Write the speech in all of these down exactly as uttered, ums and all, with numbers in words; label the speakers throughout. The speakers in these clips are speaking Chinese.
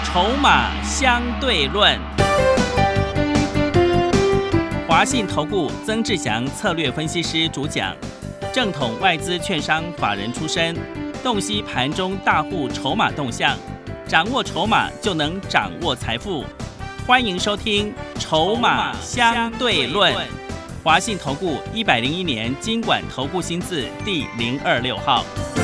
Speaker 1: 筹码相对论。华信投顾曾志祥策略分析师主讲，正统外资券商法人出身，洞悉盘中大户筹码动向，掌握筹码就能掌握财富。欢迎收听《筹码相对论》。华信投顾一百零一年金管投顾新字第零二六号。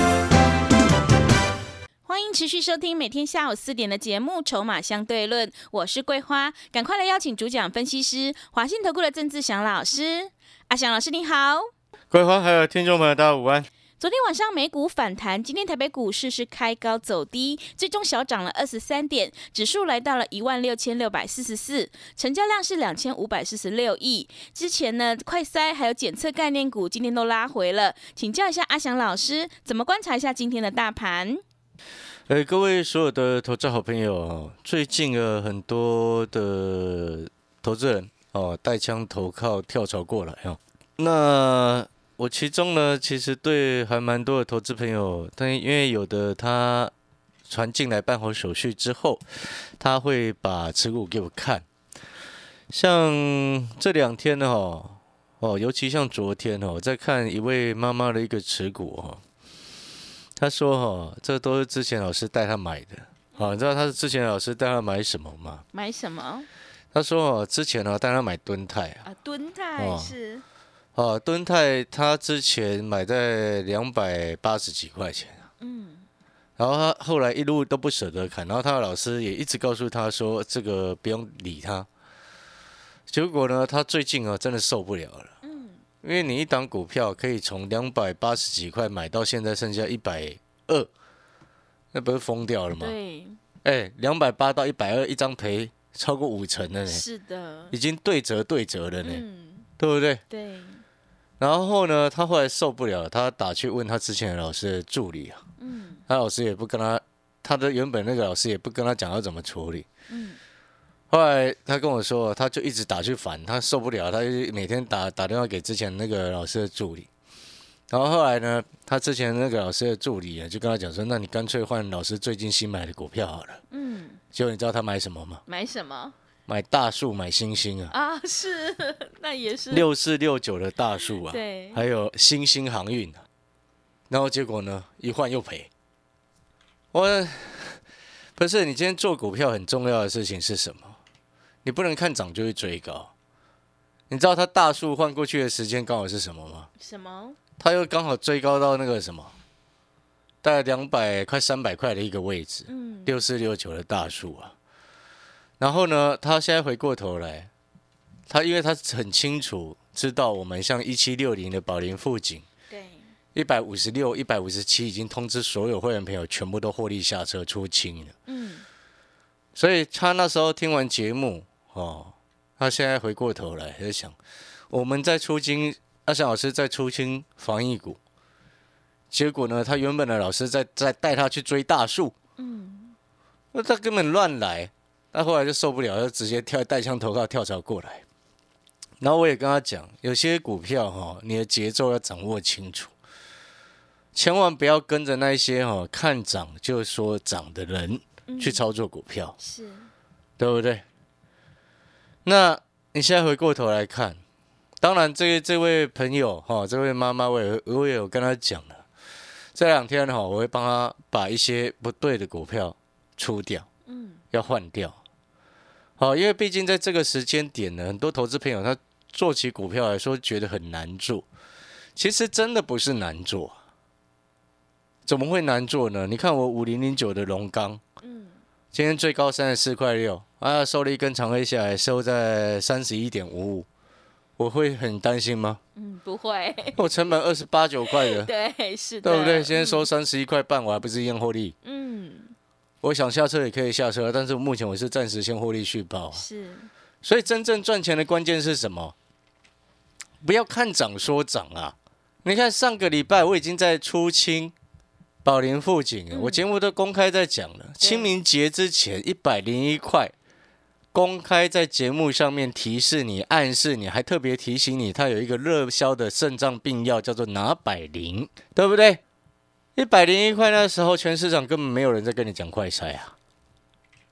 Speaker 2: 欢迎持续收听每天下午四点的节目《筹码相对论》，我是桂花，赶快来邀请主讲分析师华信投顾的曾志祥老师。阿祥老师你好。
Speaker 3: 桂花还有听众朋友大家午安。
Speaker 2: 昨天晚上美股反弹，今天台北股市是开高走低，最终小涨了二十三点，指数来到了一万六千六百四十四，成交量是两千五百四十六亿。之前呢，快筛还有检测概念股今天都拉回了，请教一下阿祥老师，怎么观察一下今天的大盘？
Speaker 3: 呃，各位所有的投资好朋友，最近呃很多的投资人哦带枪投靠跳槽过来哦，那我其中呢，其实对还蛮多的投资朋友，但因为有的他传进来办好手续之后，他会把持股给我看。像这两天呢，哦，哦，尤其像昨天哦，在看一位妈妈的一个持股哦，他说哦，这都是之前老师带他买的。好，你知道他是之前老师带他买什么吗？
Speaker 2: 买什么？
Speaker 3: 他说哦，之前呢带他买敦泰啊，
Speaker 2: 啊，敦泰
Speaker 3: 哦
Speaker 2: 是。
Speaker 3: 哦，敦泰他之前买在两百八十几块钱，嗯，然后他后来一路都不舍得砍，然后他的老师也一直告诉他说这个不用理他。结果呢，他最近啊真的受不了了，嗯，因为你一档股票可以从两百八十几块买到现在剩下一百二，那不是疯掉了吗？
Speaker 2: 对，
Speaker 3: 哎，两百八到一百二，一张赔超过五成了呢，
Speaker 2: 是的，
Speaker 3: 已经对折对折了呢，
Speaker 2: 嗯，
Speaker 3: 对不对？
Speaker 2: 对。
Speaker 3: 然后呢，他后来受不了，他打去问他之前的老师的助理啊，嗯，他老师也不跟他，他的原本那个老师也不跟他讲要怎么处理，嗯，后来他跟我说，他就一直打去烦，他受不了，他就每天打打电话给之前那个老师的助理，然后后来呢，他之前那个老师的助理啊，就跟他讲说，那你干脆换老师最近新买的股票好了，嗯，结果你知道他买什么吗？
Speaker 2: 买什么？
Speaker 3: 买大树，买星星啊！
Speaker 2: 啊，是，那也是
Speaker 3: 六四六九的大树啊，
Speaker 2: 对，
Speaker 3: 还有星星航运啊，然后结果呢，一换又赔。我不是你今天做股票很重要的事情是什么？你不能看涨就会追高。你知道他大树换过去的时间刚好是什么吗？
Speaker 2: 什么？
Speaker 3: 他又刚好追高到那个什么，大概两百快三百块的一个位置，嗯，六四六九的大树啊。然后呢，他现在回过头来，他因为他很清楚知道我们像一七六零的宝林富锦，
Speaker 2: 对，
Speaker 3: 一百五十六、一百五十七已经通知所有会员朋友全部都获利下车出清了。嗯，所以他那时候听完节目哦，他现在回过头来在想，我们在出清，阿翔老师在出清防疫股，结果呢，他原本的老师在在带他去追大树，嗯，那他根本乱来。他后来就受不了，就直接跳带枪投靠跳槽过来。然后我也跟他讲，有些股票哈，你的节奏要掌握清楚，千万不要跟着那些哈看涨就说涨的人去操作股票，嗯、是，对不对？那你现在回过头来看，当然这这位朋友哈，这位妈妈我也我也有跟他讲了，这两天哈，我会帮他把一些不对的股票出掉，嗯，要换掉。好，因为毕竟在这个时间点呢，很多投资朋友他做起股票来说觉得很难做，其实真的不是难做，怎么会难做呢？你看我五零零九的龙钢，嗯，今天最高三十四块六，啊，收了一根长黑下来，收在三十一点五五，我会很担心吗？
Speaker 2: 嗯，不会，
Speaker 3: 我成本二十八九块的，
Speaker 2: 对，是的，
Speaker 3: 对不对？今天收三十一块半，我还不是一样获利？嗯。我想下车也可以下车，但是目前我是暂时先获利续报。是，所以真正赚钱的关键是什么？不要看涨说涨啊！你看上个礼拜我已经在出清宝林富锦，嗯、我节目都公开在讲了。清明节之前一百零一块，公开在节目上面提示你、暗示你，还特别提醒你，它有一个热销的肾脏病药叫做拿百灵，对不对？一百零一块那时候，全市场根本没有人在跟你讲快筛啊，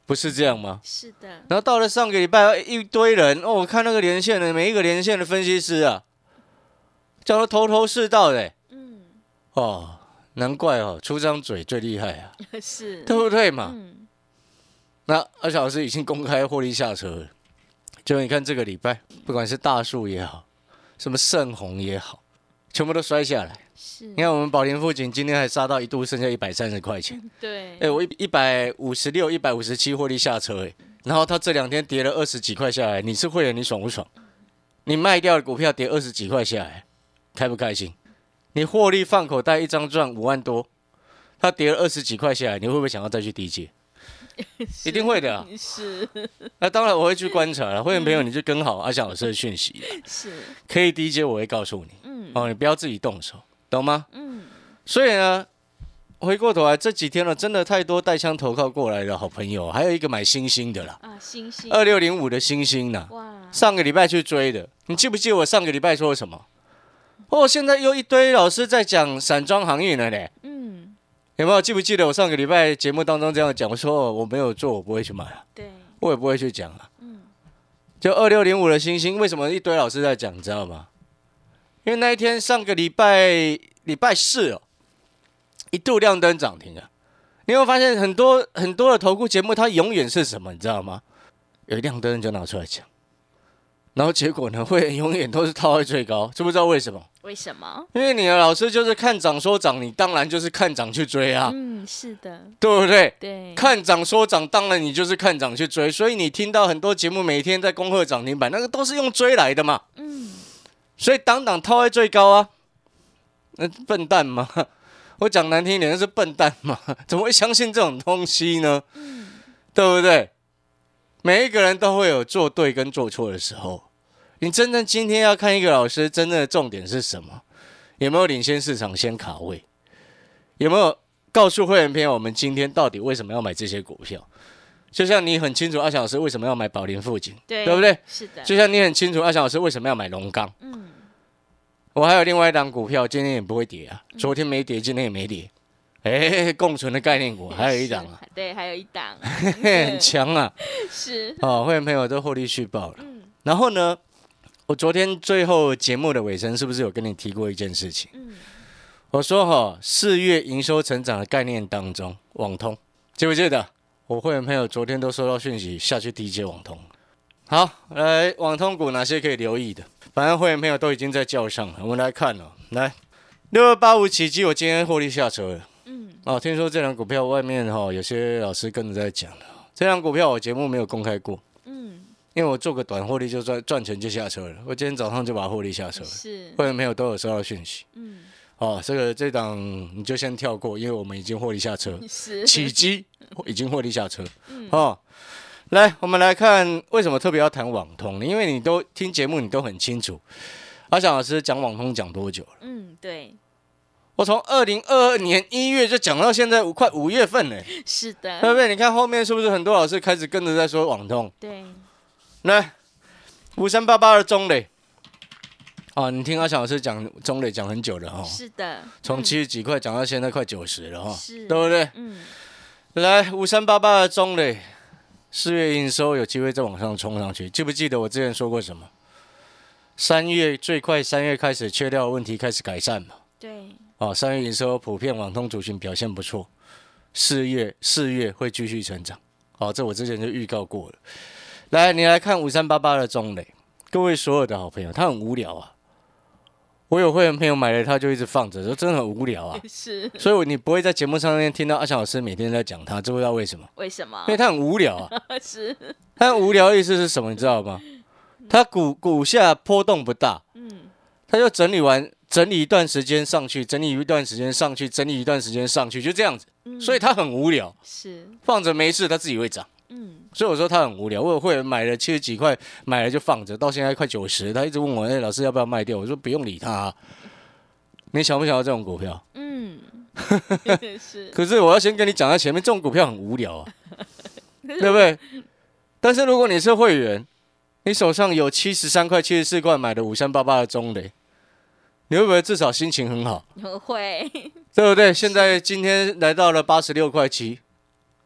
Speaker 3: 不是这样吗？
Speaker 2: 是的。
Speaker 3: 然后到了上个礼拜，一堆人哦，我看那个连线的每一个连线的分析师啊，讲得头头是道的。嗯。哦，难怪哦，出张嘴最厉害啊。
Speaker 2: 是。
Speaker 3: 对不对嘛？
Speaker 2: 嗯。
Speaker 3: 那阿翔老师已经公开获利下车了，就你看这个礼拜，不管是大树也好，什么盛虹也好，全部都摔下来。
Speaker 2: 是。
Speaker 3: 你看我们宝林富锦今天还杀到一度剩下一百三十块钱。
Speaker 2: 对。
Speaker 3: 哎、欸，我一百五十六、一百五十七获利下车、欸，哎，然后他这两天跌了二十几块下来，你是会员，你爽不爽？你卖掉的股票跌二十几块下来，开不开心？你获利放口袋一张赚五万多，他跌了二十几块下来，你会不会想要再去低接？一定会的啊！
Speaker 2: 是。
Speaker 3: 那、啊、当然我会去观察了，会员朋友你就跟好阿翔老师的讯息了。
Speaker 2: 是。可
Speaker 3: 以低接我会告诉你，嗯，哦，你不要自己动手，懂吗？
Speaker 2: 嗯。
Speaker 3: 所以呢，回过头来这几天了，真的太多带枪投靠过来的好朋友，还有一个买星星的啦，
Speaker 2: 啊，星星
Speaker 3: 二六零五的星星呐，哇，上个礼拜去追的，你记不记得我上个礼拜说什么？哦，现在又一堆老师在讲散装航运了嘞，嗯。有没有记不记得我上个礼拜节目当中这样讲？我说我没有做，我不会去买啊，对，我也不会去讲啊。嗯，就二六零五的星星，为什么一堆老师在讲？你知道吗？因为那一天上个礼拜礼拜四哦，一度亮灯涨停啊。你会发现很多很多的投顾节目，它永远是什么？你知道吗？有亮灯就拿出来讲，然后结果呢，会永远都是套在最高，知不知道为什么？
Speaker 2: 为什么？
Speaker 3: 因为你的老师就是看涨说涨，你当然就是看涨去追啊。
Speaker 2: 嗯，是的，
Speaker 3: 对不对？
Speaker 2: 对，
Speaker 3: 看涨说涨，当然你就是看涨去追。所以你听到很多节目每天在恭贺涨停板，那个都是用追来的嘛。嗯，所以档档套在最高啊，那笨蛋嘛，我讲难听一点，那是笨蛋嘛，怎么会相信这种东西呢？嗯，对不对？每一个人都会有做对跟做错的时候。你真正今天要看一个老师，真正的重点是什么？有没有领先市场先卡位？有没有告诉会员朋友我们今天到底为什么要买这些股票？就像你很清楚阿翔老师为什么要买宝林富锦，对，对不对？
Speaker 2: 是的。
Speaker 3: 就像你很清楚阿翔老师为什么要买龙钢。嗯。我还有另外一档股票，今天也不会跌啊，昨天没跌，今天也没跌。哎、欸，共存的概念股还有一档啊。
Speaker 2: 对，还有一档。
Speaker 3: 很强啊。
Speaker 2: 是。
Speaker 3: 哦，会员朋友都获利续报了。嗯。然后呢？我昨天最后节目的尾声，是不是有跟你提过一件事情？嗯，我说哈，四月营收成长的概念当中，网通记不记得？我会员朋友昨天都收到讯息，下去低接网通。好，来网通股哪些可以留意的？反正会员朋友都已经在叫上了，我们来看哦。来，六二八五起基，我今天获利下车了。嗯，哦，听说这档股票外面哈有些老师跟着在讲了，这档股票我节目没有公开过。嗯。因为我做个短获利就赚赚钱就下车了，我今天早上就把获利下车了，是，会员朋友都有收到讯息，嗯，哦，这个这档你就先跳过，因为我们已经获利下车，是，起基已经获利下车，嗯，哦，来，我们来看为什么特别要谈网通，因为你都听节目，你都很清楚，阿翔老师讲网通讲多久了？嗯，对，我从二零二二年一月就讲到现在快五月份了，
Speaker 2: 是的，
Speaker 3: 对不对？你看后面是不是很多老师开始跟着在说网通？
Speaker 2: 对。
Speaker 3: 来，五三八八的中磊，啊，你听阿翔老师讲中磊讲很久了哈，
Speaker 2: 是的，
Speaker 3: 从七十几块讲到现在快九十了哈，是，对不对？嗯，来五三八八的中磊，四月营收有机会再往上冲上去，记不记得我之前说过什么？三月最快三月开始缺料问题开始改善嘛，对，哦，三月营收普遍网通族群表现不错，四月四月会继续成长，哦，这我之前就预告过了。来，你来看五三八八的中磊，各位所有的好朋友，他很无聊啊。我有会员朋友买了，他就一直放着，说真的很无聊啊。是，所以你不会在节目上面听到阿翔老师每天在讲他，知不知道为什么？
Speaker 2: 为什么？
Speaker 3: 因为他很无聊啊。
Speaker 2: 是，
Speaker 3: 他很无聊的意思是什么？你知道吗？他股股价波动不大，嗯，他就整理完，整理一段时间上去，整理一段时间上去，整理一段时间上去，就这样子。嗯、所以他很无聊，是放着没事，他自己会涨。嗯，所以我说他很无聊。我有会员买了七十几块，买了就放着，到现在快九十，他一直问我，哎、欸，老师要不要卖掉？我说不用理他、啊。你想不想要这种股票？嗯，是。可是我要先跟你讲在前面，这种股票很无聊啊，对不对？但是如果你是会员，你手上有七十三块、七十四块买的五三八八的中磊，你会不会至少心情很好？
Speaker 2: 会，
Speaker 3: 对不对？现在今天来到了八十六块七。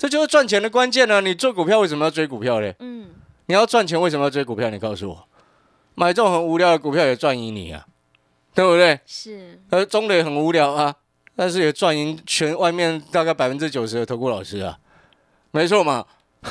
Speaker 3: 这就是赚钱的关键呢、啊。你做股票为什么要追股票嘞？
Speaker 2: 嗯，
Speaker 3: 你要赚钱为什么要追股票？你告诉我，买这种很无聊的股票也赚赢你啊，对不对？
Speaker 2: 是。
Speaker 3: 而中磊很无聊啊，但是也赚赢全外面大概百分之九十的投顾老师啊，没错嘛。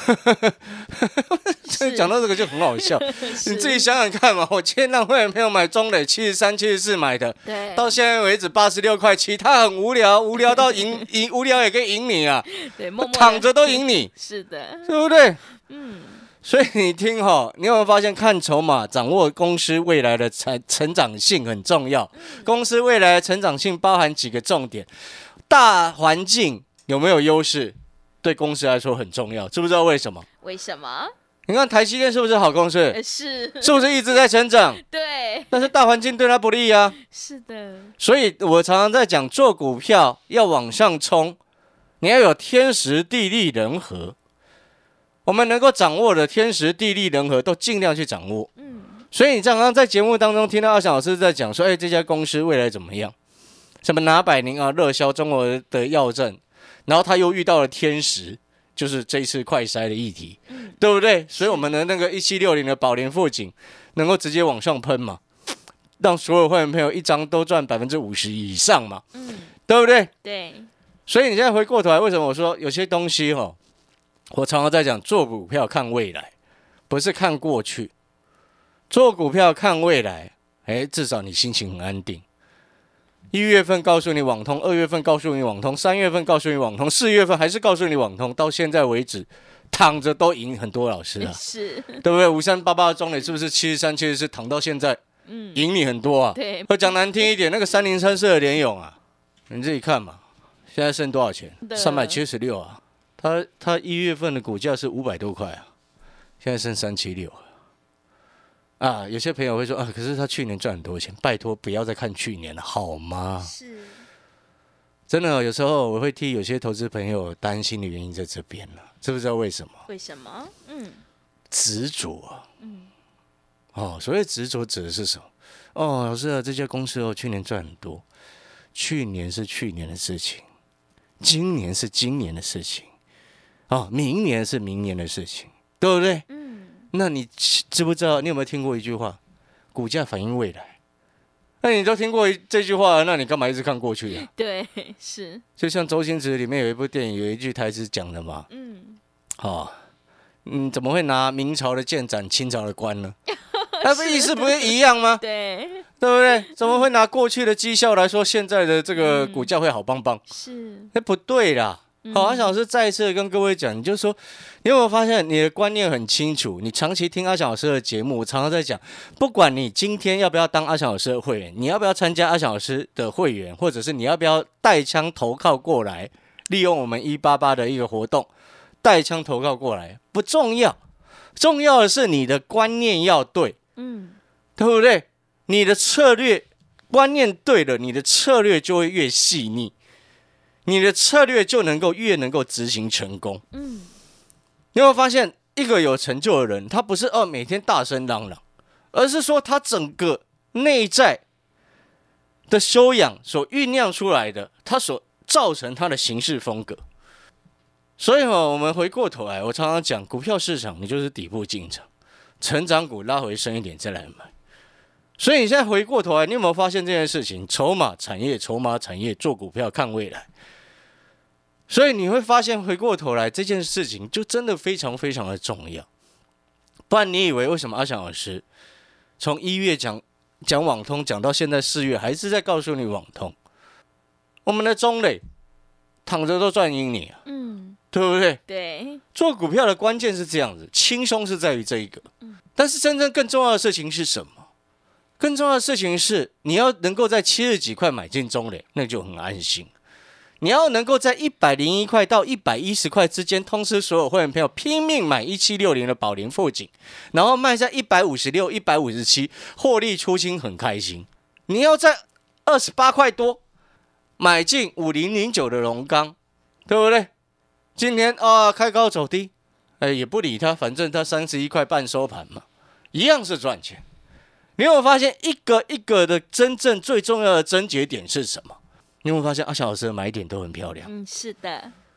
Speaker 3: 讲到这个就很好笑，你自己想想看嘛。我今天让会员朋友买中磊七十三、七十四买的，
Speaker 2: 对，
Speaker 3: 到现在为止八十六块七，他很无聊，无聊到赢赢无聊也可以赢你啊，
Speaker 2: 对，默默
Speaker 3: 躺着都赢你，
Speaker 2: 是的，
Speaker 3: 对不对？
Speaker 2: 嗯。
Speaker 3: 所以你听哈，你有没有发现看筹码，掌握公司未来的成成长性很重要。公司未来的成长性包含几个重点，大环境有没有优势？对公司来说很重要，知不知道为什么？
Speaker 2: 为什么？
Speaker 3: 你看台积电是不是好公司？
Speaker 2: 是，
Speaker 3: 是不是一直在成长？
Speaker 2: 对。
Speaker 3: 但是大环境对它不利啊。
Speaker 2: 是的。
Speaker 3: 所以我常常在讲，做股票要往上冲，你要有天时地利人和。我们能够掌握的天时地利人和，都尽量去掌握。嗯。所以你常常在节目当中听到阿翔老师在讲说，哎，这家公司未来怎么样？什么拿百宁啊，热销中国的药证。然后他又遇到了天时，就是这一次快筛的议题，嗯、对不对？所以我们的那个一七六零的宝莲富锦能够直接往上喷嘛，让所有会员朋友一张都赚百分之五十以上嘛，嗯、对不对？
Speaker 2: 对。
Speaker 3: 所以你现在回过头来，为什么我说有些东西哈、哦，我常常在讲做股票看未来，不是看过去。做股票看未来，哎，至少你心情很安定。一月份告诉你网通，二月份告诉你网通，三月份告诉你网通，四月份还是告诉你网通，到现在为止，躺着都赢很多老师啊，
Speaker 2: 是，
Speaker 3: 对不对？五三八八的中磊是不是七十三、七十四躺到现在，嗯，赢你很多啊？
Speaker 2: 对。
Speaker 3: 我讲难听一点，那个三零三四的联咏啊，你自己看嘛，现在剩多少钱？三百七十六啊，它它一月份的股价是五百多块啊，现在剩三七六。啊，有些朋友会说啊，可是他去年赚很多钱，拜托不要再看去年了，好吗？
Speaker 2: 是，
Speaker 3: 真的，有时候我会替有些投资朋友担心的原因在这边了，知不知道为什么？
Speaker 2: 为什么？嗯，
Speaker 3: 执着啊，嗯，哦，所谓执着指的是什么？哦，老师啊，这家公司哦，去年赚很多，去年是去年的事情，今年是今年的事情，哦，明年是明年的事情，对不对？嗯。那你知不知道？你有没有听过一句话？股价反映未来。那你都听过这句话，那你干嘛一直看过去啊？
Speaker 2: 对，是。
Speaker 3: 就像周星驰里面有一部电影，有一句台词讲的嘛。嗯。哦，嗯，怎么会拿明朝的剑斩清朝的官呢？那不意思不是一样吗？
Speaker 2: 对。对
Speaker 3: 不对？怎么会拿过去的绩效来说，现在的这个股价会好棒棒？
Speaker 2: 是。
Speaker 3: 那不对啦。好，阿翔老师再一次跟各位讲，你就说，你有没有发现你的观念很清楚？你长期听阿翔老师的节目，我常常在讲，不管你今天要不要当阿翔老师的会员，你要不要参加阿翔老师的会员，或者是你要不要带枪投靠过来，利用我们一八八的一个活动，带枪投靠过来，不重要，重要的是你的观念要对，嗯，对不对？你的策略观念对了，你的策略就会越细腻。你的策略就能够越能够执行成功。嗯，你有没有发现，一个有成就的人，他不是哦每天大声嚷嚷，而是说他整个内在的修养所酝酿出来的，他所造成他的行事风格。所以哦，我们回过头来，我常常讲，股票市场你就是底部进场，成长股拉回升一点再来买。所以你现在回过头来，你有没有发现这件事情？筹码产业，筹码产业，做股票看未来。所以你会发现，回过头来这件事情就真的非常非常的重要。不然你以为为什么阿翔老师从一月讲讲网通讲到现在四月，还是在告诉你网通？我们的中磊躺着都赚赢你啊，嗯，对不对？
Speaker 2: 对。做
Speaker 3: 股票的关键是这样子，轻松是在于这一个，但是真正更重要的事情是什么？更重要的事情是，你要能够在七十几块买进中磊，那就很安心。你要能够在一百零一块到一百一十块之间，通知所有会员朋友拼命买一七六零的宝莲富锦，然后卖在一百五十六、一百五十七，获利出清，很开心。你要在二十八块多买进五零零九的荣钢，对不对？今天啊开高走低，哎也不理他，反正他三十一块半收盘嘛，一样是赚钱。你有没有发现一个一个的真正最重要的症结点是什么？你有没有发现阿翔老师的买点都很漂亮？
Speaker 2: 嗯，是的。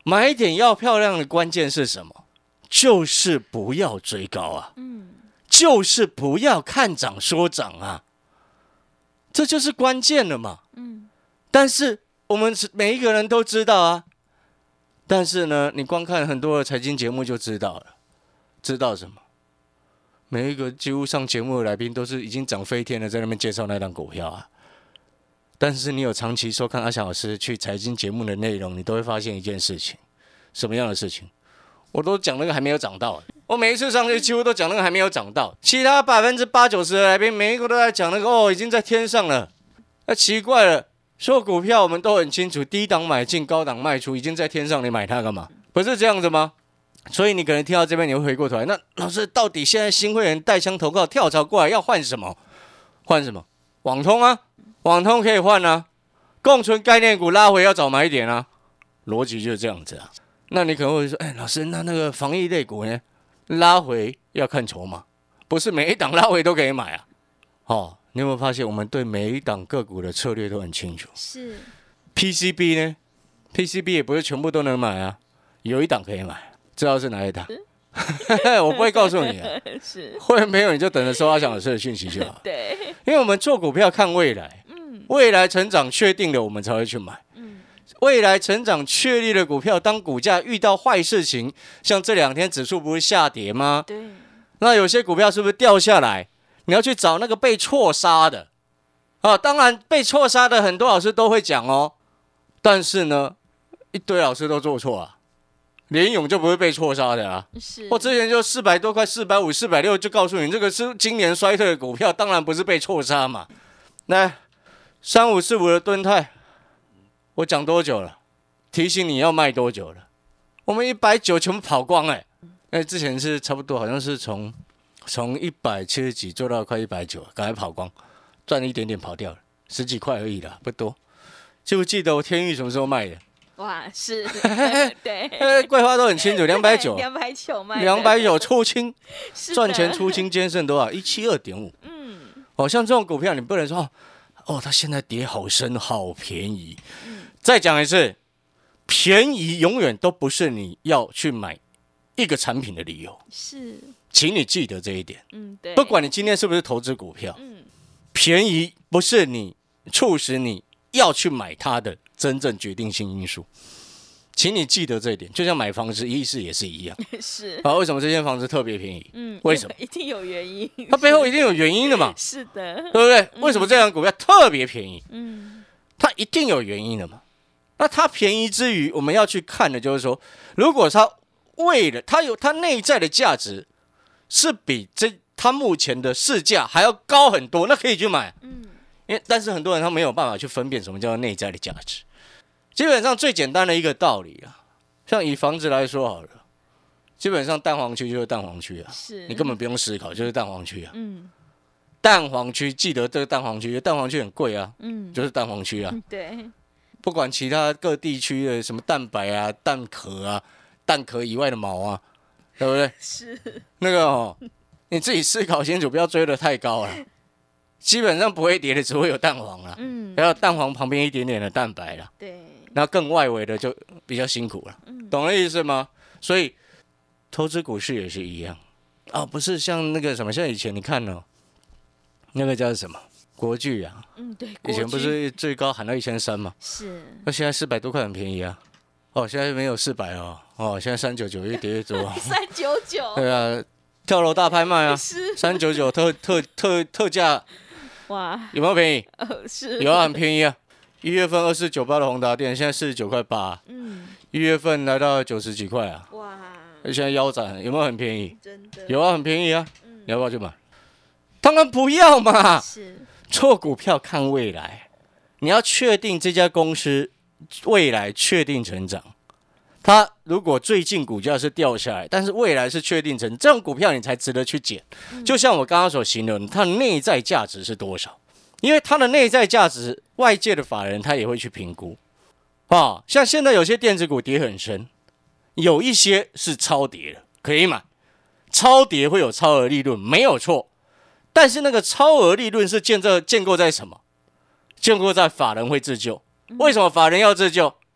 Speaker 3: 买点要漂亮的关键是什么？就是不要追高啊，嗯，就是不要看涨说涨啊，这就是关键了嘛，嗯。但是我们每一个人都知道啊，但是呢，你光看很多的财经节目就知道了，知道什么？每一个几乎上节目的来宾都是已经涨飞天了，在那边介绍那档股票啊。但是你有长期收看阿翔老师去财经节目的内容，你都会发现一件事情，什么样的事情？我都讲那个还没有涨到，我每一次上去几乎都讲那个还没有涨到，其他百分之八九十的来宾每一个都在讲那个哦，已经在天上了。那奇怪了，所有股票我们都很清楚，低档买进，高档卖出，已经在天上，你买它干嘛？不是这样子吗？所以你可能听到这边，你会回过头来，那老师到底现在新会员带枪投靠跳槽过来要换什么？换什么？网通啊，网通可以换啊，共存概念股拉回要早买点啊，逻辑就是这样子啊。那你可能会说，哎，老师，那那个防疫类股呢？拉回要看筹码，不是每一档拉回都可以买啊。哦，你有没有发现我们对每一档个股的策略都很清楚？
Speaker 2: 是
Speaker 3: P C B 呢 ？P C B 也不是全部都能买啊，有一档可以买。知道是哪一档？我不会告诉你啊。
Speaker 2: 是
Speaker 3: 会员朋友你就等着收阿翔老师的讯息就好。
Speaker 2: 对，
Speaker 3: 因为我们做股票看未来，嗯，未来成长确定了，我们才会去买。嗯，未来成长确立的股票，当股价遇到坏事情，像这两天指数不是下跌吗？
Speaker 2: 对。
Speaker 3: 那有些股票是不是掉下来？你要去找那个被错杀的啊。当然，被错杀的很多老师都会讲哦，但是呢，一堆老师都做错啊。联咏就不会被错杀的啊！我之前就四百多块、四百五、四百六，就告诉你这个是今年衰退的股票，当然不是被错杀嘛。来，三五四五的敦泰，我讲多久了？提醒你要卖多久了？我们一百九全部跑光哎、欸！哎，之前是差不多，好像是从从一百七十几做到快一百九，赶快跑光，赚了一点点跑掉了，十几块而已啦，不多。记不记得我天域什么时候卖的？
Speaker 2: 哇，是，对，
Speaker 3: 桂花都很清楚，两百九，
Speaker 2: 两百九卖，
Speaker 3: 两百九出清，赚钱出清，今天剩多少？一七二点五。嗯，哦，像这种股票，你不能说哦，它现在跌好深，好便宜。嗯、再讲一次，便宜永远都不是你要去买一个产品的理由。
Speaker 2: 是，
Speaker 3: 请你记得这一点。
Speaker 2: 嗯，对，
Speaker 3: 不管你今天是不是投资股票，嗯，便宜不是你促使你要去买它的真正决定性因素，请你记得这一点。就像买房子意思也是一样。是啊，为什么这间房子特别便宜？嗯，为什么？
Speaker 2: 一定有原因。
Speaker 3: 它背后一定有原因的嘛。
Speaker 2: 是的，
Speaker 3: 对不对？嗯、为什么这张股票特别便宜？嗯，它一定有原因的嘛。那它便宜之余，我们要去看的就是说，如果它为了它有它内在的价值，是比这它目前的市价还要高很多，那可以去买。嗯。因为，但是很多人他没有办法去分辨什么叫做内在的价值。基本上最简单的一个道理啊，像以房子来说好了，基本上蛋黄区就是蛋黄区啊，你根本不用思考，就是蛋黄区啊。嗯。蛋黄区，记得这个蛋黄区，蛋黄区很贵啊，嗯，就是蛋黄区啊。
Speaker 2: 对。
Speaker 3: 不管其他各地区的什么蛋白啊、蛋壳啊、蛋壳以外的毛啊，对不对？
Speaker 2: 是。
Speaker 3: 那个哦，你自己思考清楚，不要追得太高了。基本上不会跌的只会有蛋黄啦，嗯，然后蛋黄旁边一点点的蛋白啦，
Speaker 2: 对，
Speaker 3: 然后更外围的就比较辛苦了，嗯，懂了意思吗？所以投资股市也是一样啊，不是像那个什么，像以前你看哦，那个叫什么国巨啊，
Speaker 2: 嗯，对，
Speaker 3: 以前不是最高喊到一千三吗？
Speaker 2: 是，
Speaker 3: 那现在四百多块很便宜啊，哦，现在没有四百哦，哦，现在三九九越跌越多，
Speaker 2: 三九九，
Speaker 3: 对啊，跳楼大拍卖啊，三九九特特特特价。
Speaker 2: 哇，
Speaker 3: 有没有便宜？
Speaker 2: 哦，是
Speaker 3: 有啊，很便宜啊！一月份二四九八的宏达电现在四十九块八，嗯，一月份来到九十几块啊，哇！现在腰斩，有没有很便宜？
Speaker 2: 真的
Speaker 3: 有啊，很便宜啊！嗯、你要不要去买？当然不要嘛！
Speaker 2: 是
Speaker 3: 做股票看未来，你要确定这家公司未来确定成长。它如果最近股价是掉下来，但是未来是确定成这种股票，你才值得去捡。就像我刚刚所形容，它的内在价值是多少？因为它的内在价值，外界的法人他也会去评估。啊，像现在有些电子股跌很深，有一些是超跌的，可以买。超跌会有超额利润，没有错。但是那个超额利润是建这建构在什么？建构在法人会自救。为什么法人要自救？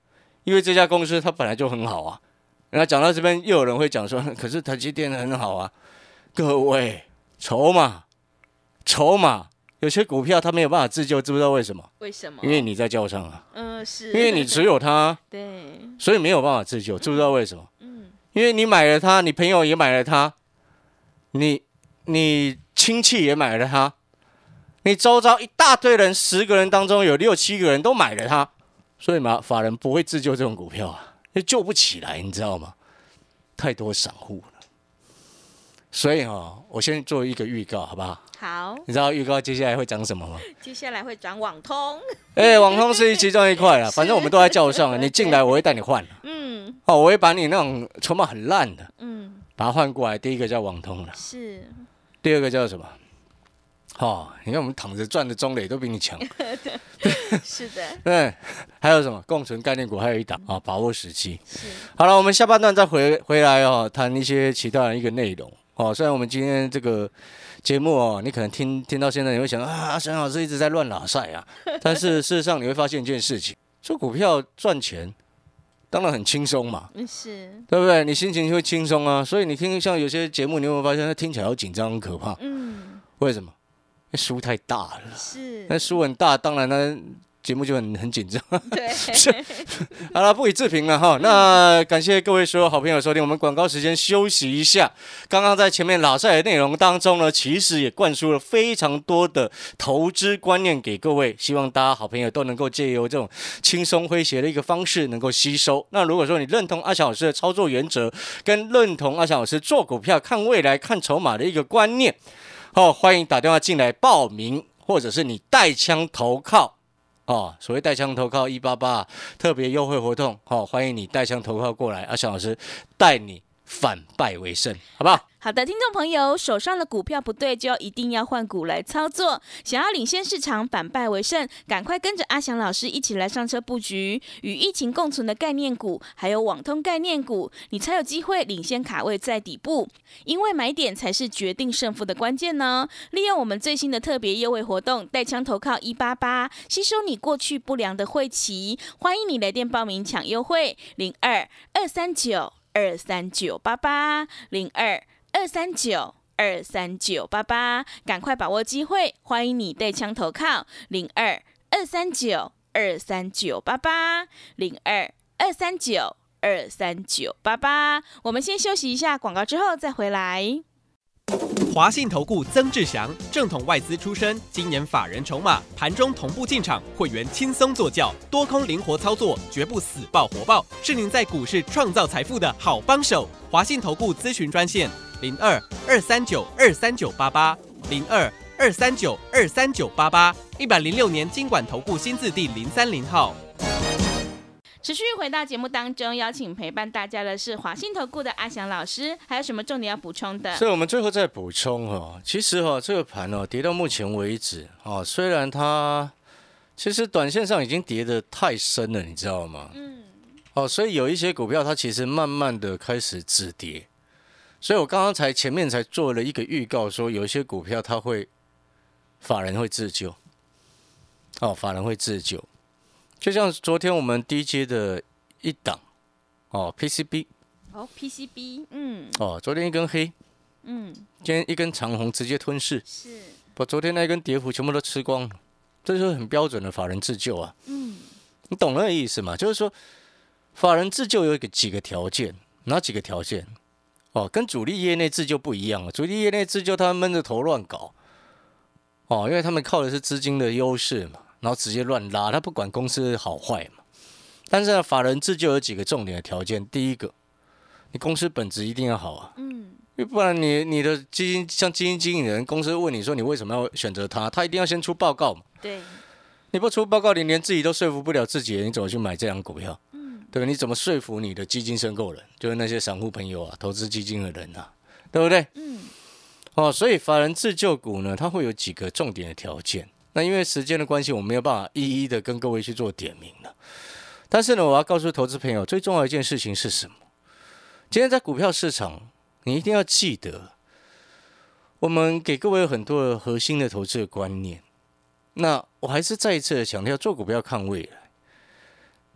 Speaker 3: 因为这家公司它本来就很好啊。然后讲到这边，又有人会讲说，可是台积电很好啊。各位，筹码，筹码，有些股票它没有办法自救，知不知道为什么？
Speaker 2: 为什么？
Speaker 3: 因为你在轿上啊。
Speaker 2: 嗯，是。
Speaker 3: 因为你持有它，
Speaker 2: 对，
Speaker 3: 所以没有办法自救，知不知道为什么？嗯，因为你买了它，你朋友也买了它，你你亲戚也买了它，你周遭一大堆人，十个人当中有六七个人都买了它，所以嘛，法人不会自救这种股票啊，因为救不起来，你知道吗？太多散户了。所以哦，我先做一个预告，好不好？
Speaker 2: 好。
Speaker 3: 你知道预告接下来会讲什么吗？
Speaker 2: 接下来会转网通。
Speaker 3: 哎、欸，网通是其中一块啦，反正我们都在轿上，你进来我会带你换。
Speaker 2: 嗯。
Speaker 3: 哦，我会把你那种筹码很烂的，
Speaker 2: 嗯，
Speaker 3: 把它换过来。第一个叫网通了，
Speaker 2: 是。
Speaker 3: 第二个叫什么？哦，你看我们躺着赚的中磊都比你强。
Speaker 2: 是的。
Speaker 3: 对，还有什么共存概念股，还有一档啊，把握时机。好了，我们下半段再回回来哦，谈一些其他的一个内容。哦，虽然我们今天这个节目哦，你可能听听到现在，你会想啊，沈老师一直在乱拉赛啊，但是事实上你会发现一件事情，做股票赚钱当然很轻松嘛，
Speaker 2: 是，
Speaker 3: 对不对？你心情就会轻松啊，所以你听像有些节目，你有没有发现它听起来好紧张、很可怕？嗯，为什么？因为输太大了，
Speaker 2: 是，
Speaker 3: 那输很大，当然呢。节目就很很紧张，
Speaker 2: 对，
Speaker 3: 好了，不予置评了哈。那感谢各位所有好朋友收听，我们广告时间休息一下。刚刚在前面拉赛的内容当中呢，其实也灌输了非常多的投资观念给各位，希望大家好朋友都能够借由这种轻松诙谐的一个方式能够吸收。那如果说你认同阿翔老师的操作原则，跟认同阿翔老师做股票看未来看筹码的一个观念，哦，欢迎打电话进来报名，或者是你带枪投靠。哦，所谓带枪投靠一八八特别优惠活动，哦，欢迎你带枪投靠过来，阿翔老师带你反败为胜，好不好？
Speaker 2: 好的，听众朋友，手上的股票不对，就一定要换股来操作。想要领先市场，反败为胜，赶快跟着阿翔老师一起来上车布局与疫情共存的概念股，还有网通概念股，你才有机会领先卡位在底部。因为买点才是决定胜负的关键呢。利用我们最新的特别优惠活动，带枪投靠一八八，吸收你过去不良的晦气。欢迎你来电报名抢优惠，零二二三九二三九八八零二。二三九二三九八八，赶快把握机会！欢迎你带枪投靠零二二三九二三九八八零二二三九二三九八八。我们先休息一下广告，之后再回来。
Speaker 4: 华信投顾曾志祥，正统外资出身，今年法人筹码，盘中同步进场，会员轻松做教，多空灵活操作，绝不死抱活抱，是您在股市创造财富的好帮手。华信投顾咨询专线零二二三九二三九八八零二二三九二三九八八，一百零六年金管投顾新字第零三零号。
Speaker 2: 持续回到节目当中，邀请陪伴大家的是华信投顾的阿翔老师，还有什么重点要补充的？
Speaker 3: 所以我们最后再补充哦，其实哦，这个盘哦跌到目前为止哦，虽然它其实短线上已经跌得太深了，你知道吗？嗯。哦，所以有一些股票它其实慢慢的开始止跌，所以我刚刚才前面才做了一个预告，说有一些股票它会法人会自救，哦，法人会自救。就像昨天我们低阶的一档哦 ，P C B
Speaker 2: 哦 ，P C B 嗯
Speaker 3: 哦，昨天一根黑，嗯，今天一根长红直接吞噬，
Speaker 2: 是，
Speaker 3: 把昨天那一根跌幅全部都吃光了，这就是很标准的法人自救啊，嗯，你懂那个意思吗？就是说法人自救有一个几个条件，哪几个条件？哦，跟主力业内自救不一样啊，主力业内自救他们闷着头乱搞，哦，因为他们靠的是资金的优势嘛。然后直接乱拉，他不管公司好坏嘛。但是呢，法人自救有几个重点的条件。第一个，你公司本质一定要好啊，嗯，因为不然你你的基金像基金经理人，公司问你说你为什么要选择他，他一定要先出报告嘛。
Speaker 2: 对，
Speaker 3: 你不出报告，你连自己都说服不了自己，你怎么去买这张股票？嗯，对，你怎么说服你的基金申购人，就是那些散户朋友啊，投资基金的人啊，对不对？嗯，哦，所以法人自救股呢，它会有几个重点的条件。那因为时间的关系，我没有办法一一的跟各位去做点名了。但是呢，我要告诉投资朋友，最重要的一件事情是什么？今天在股票市场，你一定要记得，我们给各位有很多的核心的投资的观念。那我还是再一次的强调，做股票看未来。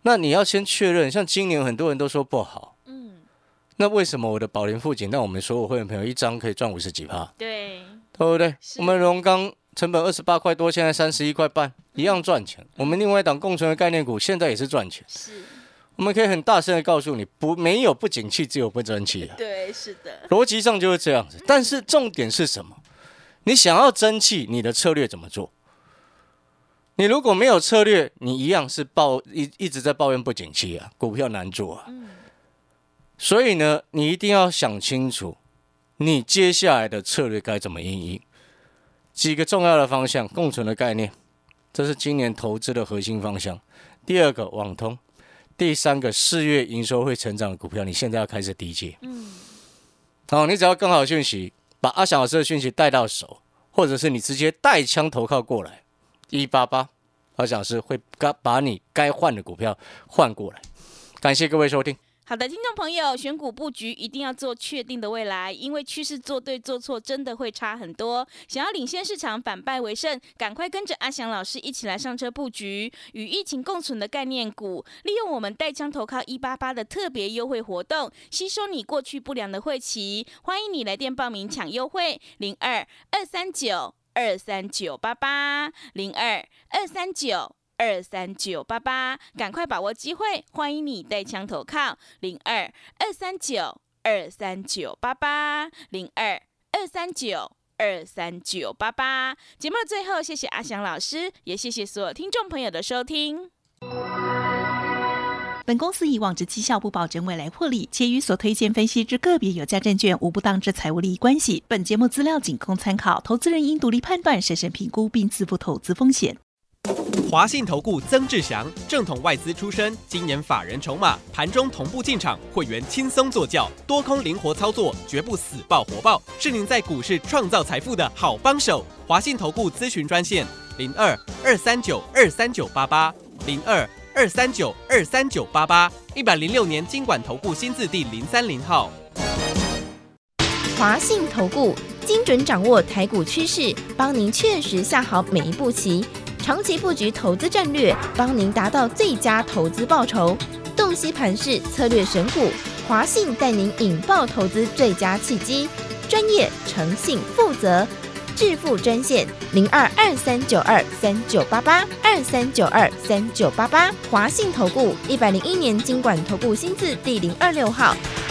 Speaker 3: 那你要先确认，像今年很多人都说不好，嗯，那为什么我的宝林富锦让我们所有会员朋友一张可以赚五十几趴？
Speaker 2: 对，
Speaker 3: 对不对？我们荣钢成本二十八块多，现在三十一块半，一样赚钱。我们另外一档共存的概念股现在也是赚钱。
Speaker 2: 是，
Speaker 3: 我们可以很大声的告诉你，不没有不景气，只有不争气啊。
Speaker 2: 对，是的，
Speaker 3: 逻辑上就是这样子。但是重点是什么？你想要争气，你的策略怎么做？你如果没有策略，你一样是抱一一直在抱怨不景气啊，股票难做啊。嗯、所以呢，你一定要想清楚，你接下来的策略该怎么因应。几个重要的方向，共存的概念，这是今年投资的核心方向。第二个，网通；第三个，四月营收会成长的股票，你现在要开始低接。嗯，好，你只要更好的讯息，把阿翔老师的讯息带到手，或者是你直接带枪投靠过来，一八八，阿翔老师会把你该换的股票换过来。感谢各位收听。
Speaker 2: 好的，听众朋友，选股布局一定要做确定的未来，因为趋势做对做错真的会差很多。想要领先市场，反败为胜，赶快跟着阿翔老师一起来上车布局，与疫情共存的概念股，利用我们带枪投靠一八八的特别优惠活动，吸收你过去不良的会期。欢迎你来电报名抢优惠，零二二三九二三九八八零二二三九。二三九八八，赶快把握机会！欢迎你带枪投靠零二二三九二三九八八零二二三九二三九八八。节目的最后，谢谢阿翔老师，也谢谢所有听众朋友的收听。
Speaker 5: 本公司以往之绩效不保证未来获利，且与所推荐分析之个别有价证券无不当之财务利益关系。本节目资料仅供参考，投资人应独立判断、审慎评估并自负投资风险。
Speaker 4: 华信投顾曾志祥，正统外资出身，今年法人筹码，盘中同步进场，会员轻松做教，多空灵活操作，绝不死抱活抱，是您在股市创造财富的好帮手。华信投顾咨询专线零二二三九二三九八八零二二三九二三九八八，一百零六年金管投顾新字第零三零号。
Speaker 6: 华信投顾精准掌握台股趋势，帮您确实下好每一步棋。长期布局投资战略，帮您达到最佳投资报酬。洞悉盘势，策略选股，华信带您引爆投资最佳契机。专业、诚信、负责，致富专线零二二三九二三九八八二三九二三九八八。华信投顾一百零一年金管投顾新字第零二六号。